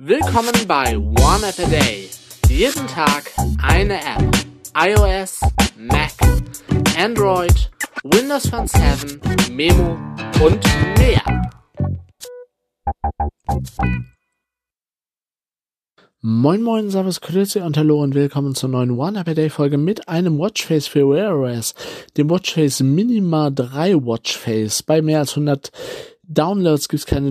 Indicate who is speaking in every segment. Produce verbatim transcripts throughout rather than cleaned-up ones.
Speaker 1: Willkommen bei One App a Day. Jeden Tag eine App. iOS, Mac, Android, Windows Phone sieben, Memo und mehr. Moin moin, servus, grüezi und hallo und willkommen zur neuen One App a Day Folge mit einem Watchface für Wear O S, dem Watchface Minima drei Watchface. Bei mehr als hundert Downloads gibt es keine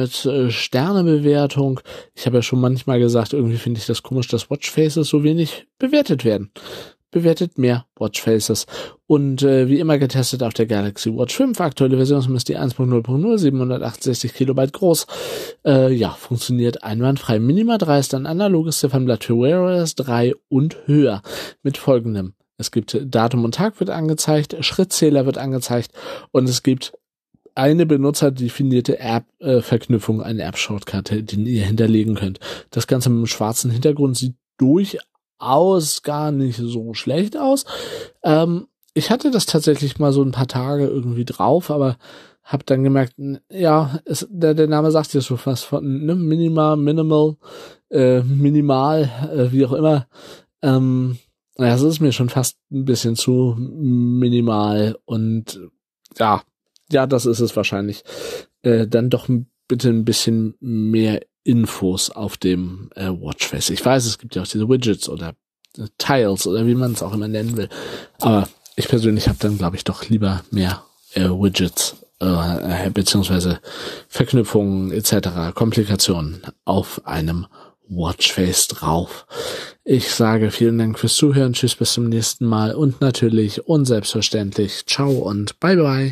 Speaker 1: Durchschnitt-Sterne-Bewertung. Ich habe ja schon manchmal gesagt, irgendwie finde ich das komisch, dass Watchfaces so wenig bewertet werden. Bewertet mehr Watchfaces. Und äh, wie immer getestet auf der Galaxy Watch fünf. Aktuelle Version ist die eins Punkt null Punkt null, siebenhundertachtundsechzig Kilobyte groß. Äh, ja, funktioniert einwandfrei. Minima drei ist ein analoges Ziffernblatt für Wear O S drei und höher. Mit folgendem. Es gibt Datum und Tag wird angezeigt, Schrittzähler wird angezeigt und es gibt eine benutzerdefinierte App-Verknüpfung, eine App-Shortcut, die ihr hinterlegen könnt. Das Ganze mit einem schwarzen Hintergrund sieht durchaus gar nicht so schlecht aus. Ähm, ich hatte das tatsächlich mal so ein paar Tage irgendwie drauf, aber habe dann gemerkt, ja, es, der, der Name sagt ja schon was von ne, Minima, Minimal, äh, Minimal, äh, wie auch immer. Ähm, ja, es ist mir schon fast ein bisschen zu minimal und ja, Ja, das ist es wahrscheinlich. Äh, dann doch bitte ein bisschen mehr Infos auf dem äh, Watchface. Ich weiß, es gibt ja auch diese Widgets oder äh, Tiles oder wie man es auch immer nennen will. Aber ich persönlich habe dann, glaube ich, doch lieber mehr äh, Widgets äh, beziehungsweise Verknüpfungen et cetera, Komplikationen auf einem Watchface drauf. Ich sage vielen Dank fürs Zuhören. Tschüss, bis zum nächsten Mal und natürlich und selbstverständlich ciao und bye bye.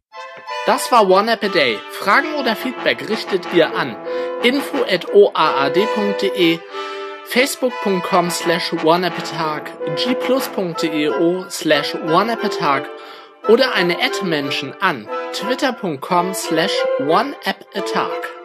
Speaker 1: Das war One App a Day. Fragen oder Feedback richtet ihr an info at o a a d punkt d e, facebook punkt com slash oneappatag, g plus punkt d e o slash oneappatag oder eine Ad-Menschen an twitter punkt com slash oneappatag.